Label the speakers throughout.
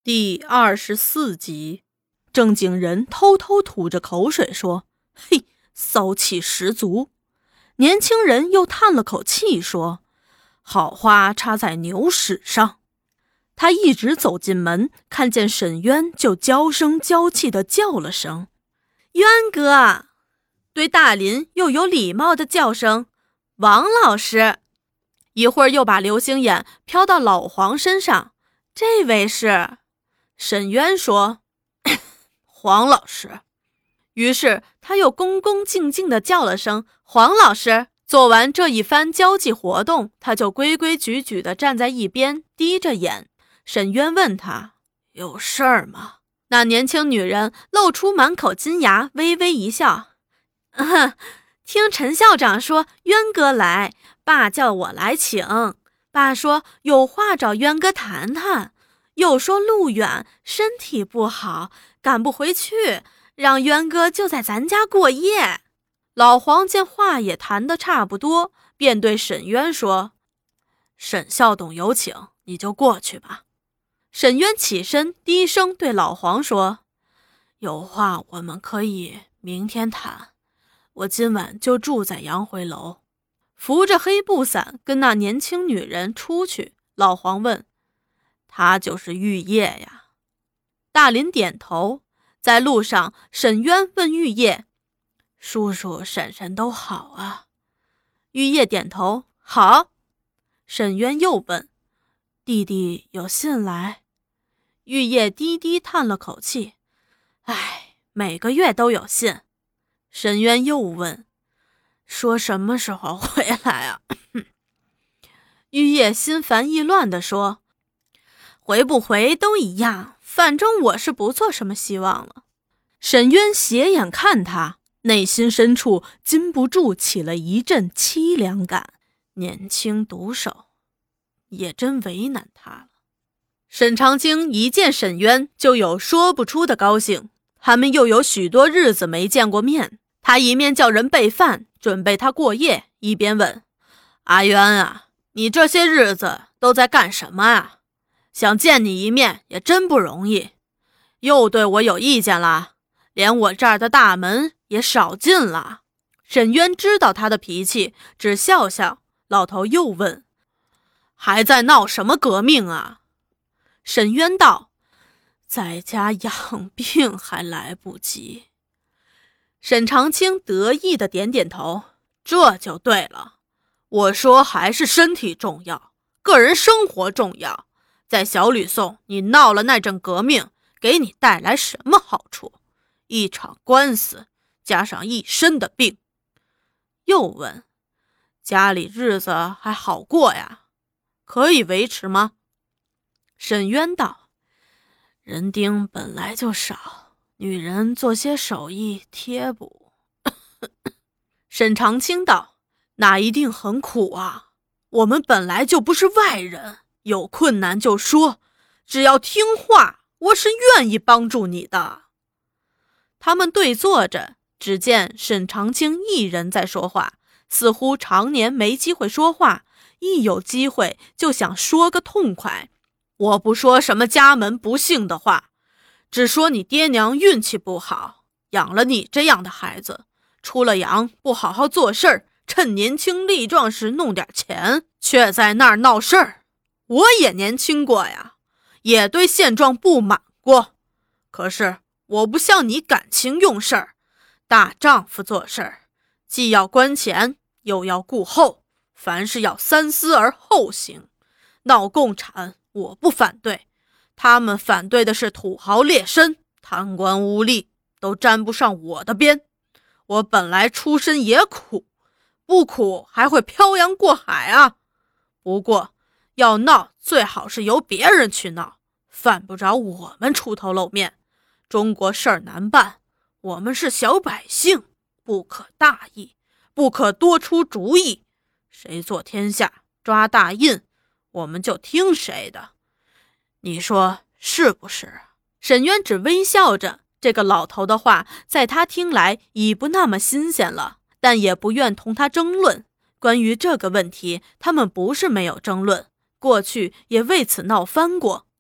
Speaker 1: 第24集，正经人偷偷吐着口水说：“嘿，骚气十足。”年轻人又叹了口气说：“好花插在牛屎上。”他一直走进门，看见沈渊，就娇声娇气地叫了声：“渊哥！”对大林又有礼貌地叫声：“王老师。”一会儿又把流星眼飘到老黄身上：“这位是……”沈渊说：“黄老师。”于是他又恭恭敬敬地叫了声：“黄老师。”做完这一番交际活动，他就规规矩矩地站在一边，低着眼。沈渊问他：“有事儿吗？”那年轻女人露出满口金牙，微微一笑：“听陈校长说渊哥来，爸叫我来请。爸说有话找渊哥谈谈，又说路远，身体不好，赶不回去，让渊哥就在咱家过夜。”老黄见话也谈得差不多，便对沈渊说：“沈校董有请，你就过去吧。”沈渊起身，低声对老黄说：“有话我们可以明天谈，我今晚就住在杨回楼。”扶着黑布伞跟那年轻女人出去。老黄问：“她就是玉叶呀？”大林点头。在路上，沈渊问玉叶：“叔叔婶婶都好啊？”玉叶点头：“好。”沈渊又问：“弟弟有信来？”玉叶低低叹了口气：“哎，每个月都有信。”沈渊又问：“说什么时候回来啊？”玉叶心烦意乱地说：“回不回都一样，反正我是不做什么希望了。”沈渊斜眼看他，内心深处禁不住起了一阵凄凉感。年轻独守，也真为难他了。沈长清一见沈渊就有说不出的高兴，他们又有许多日子没见过面。他一面叫人备饭准备他过夜，一边问：“阿渊啊，你这些日子都在干什么啊？想见你一面也真不容易。又对我有意见啦，连我这儿的大门也少进了。”沈渊知道他的脾气，只笑笑。老头又问：“还在闹什么革命啊？”沈渊道：“在家养病还来不及。”沈长清得意地点点头：“这就对了。我说还是身体重要，个人生活重要。在小吕宋，你闹了那阵革命，给你带来什么好处？一场官司，加上一身的病。”又问：“家里日子还好过呀？可以维持吗？”沈渊道：“人丁本来就少，女人做些手艺贴补。”沈长清道：“那一定很苦啊，我们本来就不是外人，有困难就说，只要听话，我是愿意帮助你的。”他们对坐着，只见沈长清一人在说话，似乎常年没机会说话，一有机会就想说个痛快。我不说什么家门不幸的话，只说你爹娘运气不好，养了你这样的孩子，出了洋不好好做事儿，趁年轻力壮时弄点钱，却在那儿闹事儿。我也年轻过呀，也对现状不满过，可是我不像你感情用事儿，大丈夫做事儿，既要观前，又要顾后，凡事要三思而后行。闹共产我不反对，他们反对的是土豪劣绅，贪官污吏，都沾不上我的边。我本来出身也苦，不苦还会漂洋过海啊。不过要闹最好是由别人去闹，犯不着我们出头露面。中国事儿难办，我们是小百姓，不可大意，不可多出主意。谁做天下抓大印，我们就听谁的。你说是不是？”沈渊只微笑着，这个老头的话在他听来已不那么新鲜了，但也不愿同他争论。关于这个问题，他们不是没有争论，过去也为此闹翻过。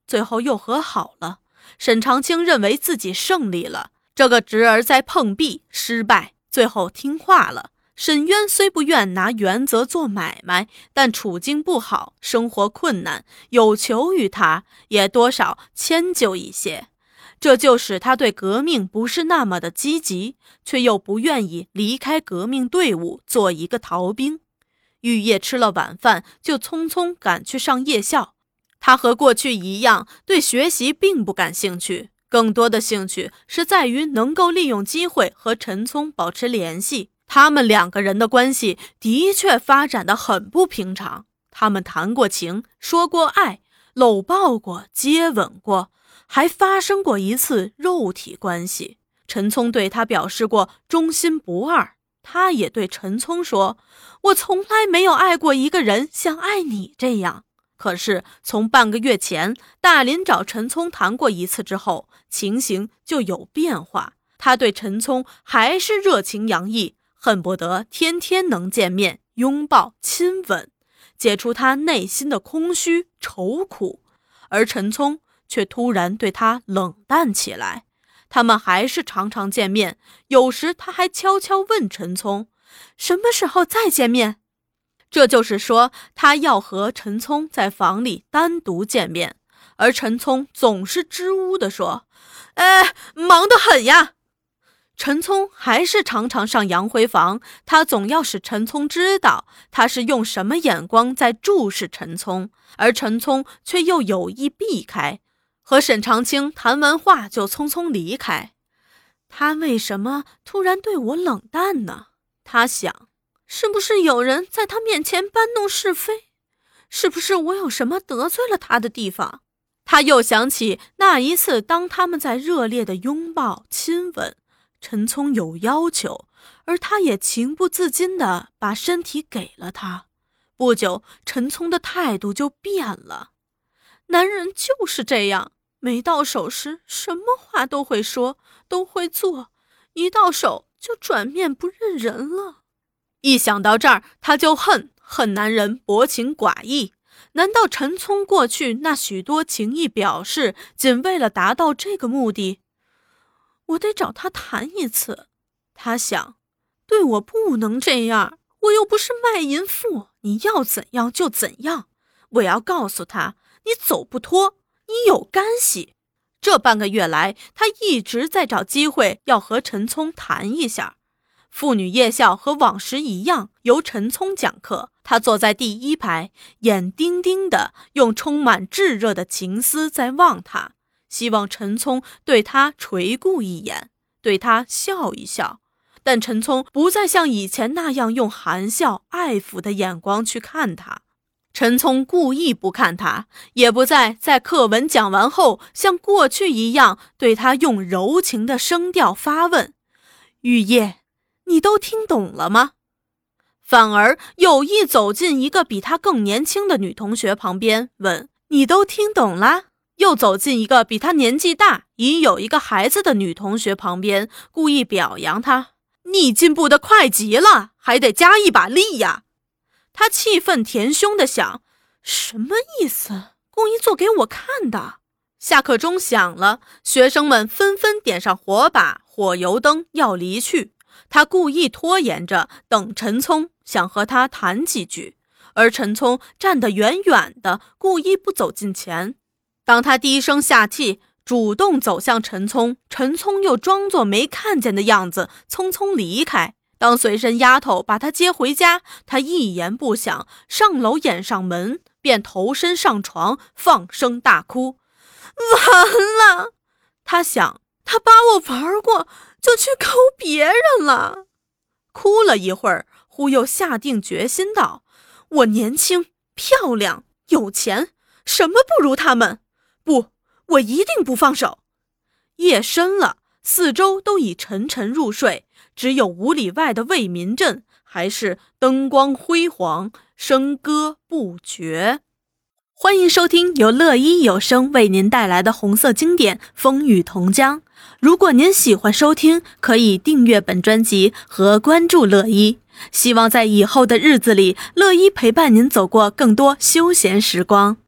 Speaker 1: 最后又和好了。沈长清认为自己胜利了，这个侄儿在碰壁失败，最后听话了。沈渊虽不愿拿原则做买卖，但处境不好，生活困难，有求于他，也多少迁就一些。这就使他对革命不是那么的积极，却又不愿意离开革命队伍做一个逃兵。玉叶吃了晚饭就匆匆赶去上夜校。他和过去一样，对学习并不感兴趣，更多的兴趣是在于能够利用机会和陈聪保持联系。他们两个人的关系的确发展得很不平常，他们谈过情，说过爱，搂抱过，接吻过，还发生过一次肉体关系。陈聪对他表示过忠心不二，他也对陈聪说，我从来没有爱过一个人像爱你这样。可是从半个月前大林找陈聪谈过一次之后，情形就有变化，他对陈聪还是热情洋溢，恨不得天天能见面，拥抱亲吻，解除他内心的空虚愁苦。而陈聪却突然对他冷淡起来，他们还是常常见面，有时他还悄悄问陈聪，什么时候再见面？这就是说，他要和陈聪在房里单独见面，而陈聪总是支吾地说，忙得很呀。陈聪还是常常上杨辉房，他总要使陈聪知道他是用什么眼光在注视陈聪，而陈聪却又有意避开。和沈长清谈完话就匆匆离开。他为什么突然对我冷淡呢？他想，是不是有人在他面前搬弄是非？是不是我有什么得罪了他的地方？他又想起那一次，当他们在热烈的拥抱亲吻，陈聪有要求，而他也情不自禁地把身体给了他。不久，陈聪的态度就变了。男人就是这样，没到手时什么话都会说，都会做，一到手就转面不认人了。一想到这儿，他就恨男人薄情寡义。难道陈聪过去那许多情意表示，仅为了达到这个目的？我得找他谈一次。他想，对我不能这样，我又不是卖淫妇，你要怎样就怎样。我要告诉他，你走不脱，你有干系。这半个月来，他一直在找机会要和陈聪谈一下。妇女夜校和往时一样，由陈聪讲课，他坐在第一排，眼盯盯的用充满炙热的情思在望他，希望陈聪对他垂顾一眼，对他笑一笑。但陈聪不再像以前那样用含笑爱抚的眼光去看他。陈聪故意不看他，也不再在课文讲完后像过去一样对他用柔情的声调发问，玉叶，你都听懂了吗？反而有意走进一个比他更年轻的女同学旁边问，你都听懂啦？又走进一个比他年纪大，已有一个孩子的女同学旁边，故意表扬他，你进步得快极了，还得加一把力呀。他气愤填胸地想，什么意思？故意做给我看的。下课钟响了，学生们纷纷点上火把、火油灯要离去。他故意拖延着等陈聪，想和他谈几句，而陈聪站得远远的，故意不走近前。当他低声下气主动走向陈聪，陈聪又装作没看见的样子匆匆离开。当随身丫头把他接回家，他一言不想上楼掩上门，便投身上床放声大哭。完了，他想，他把我玩过，就去勾别人了。哭了一会儿，忽又下定决心道，我年轻漂亮有钱，什么不如他们？不，我一定不放手。夜深了，四周都已沉沉入睡，只有5里外的为民镇还是灯光辉煌，笙歌不绝。欢迎收听由乐一有声为您带来的红色经典《风雨同江》。如果您喜欢收听，可以订阅本专辑和关注乐一。希望在以后的日子里，乐一陪伴您走过更多休闲时光。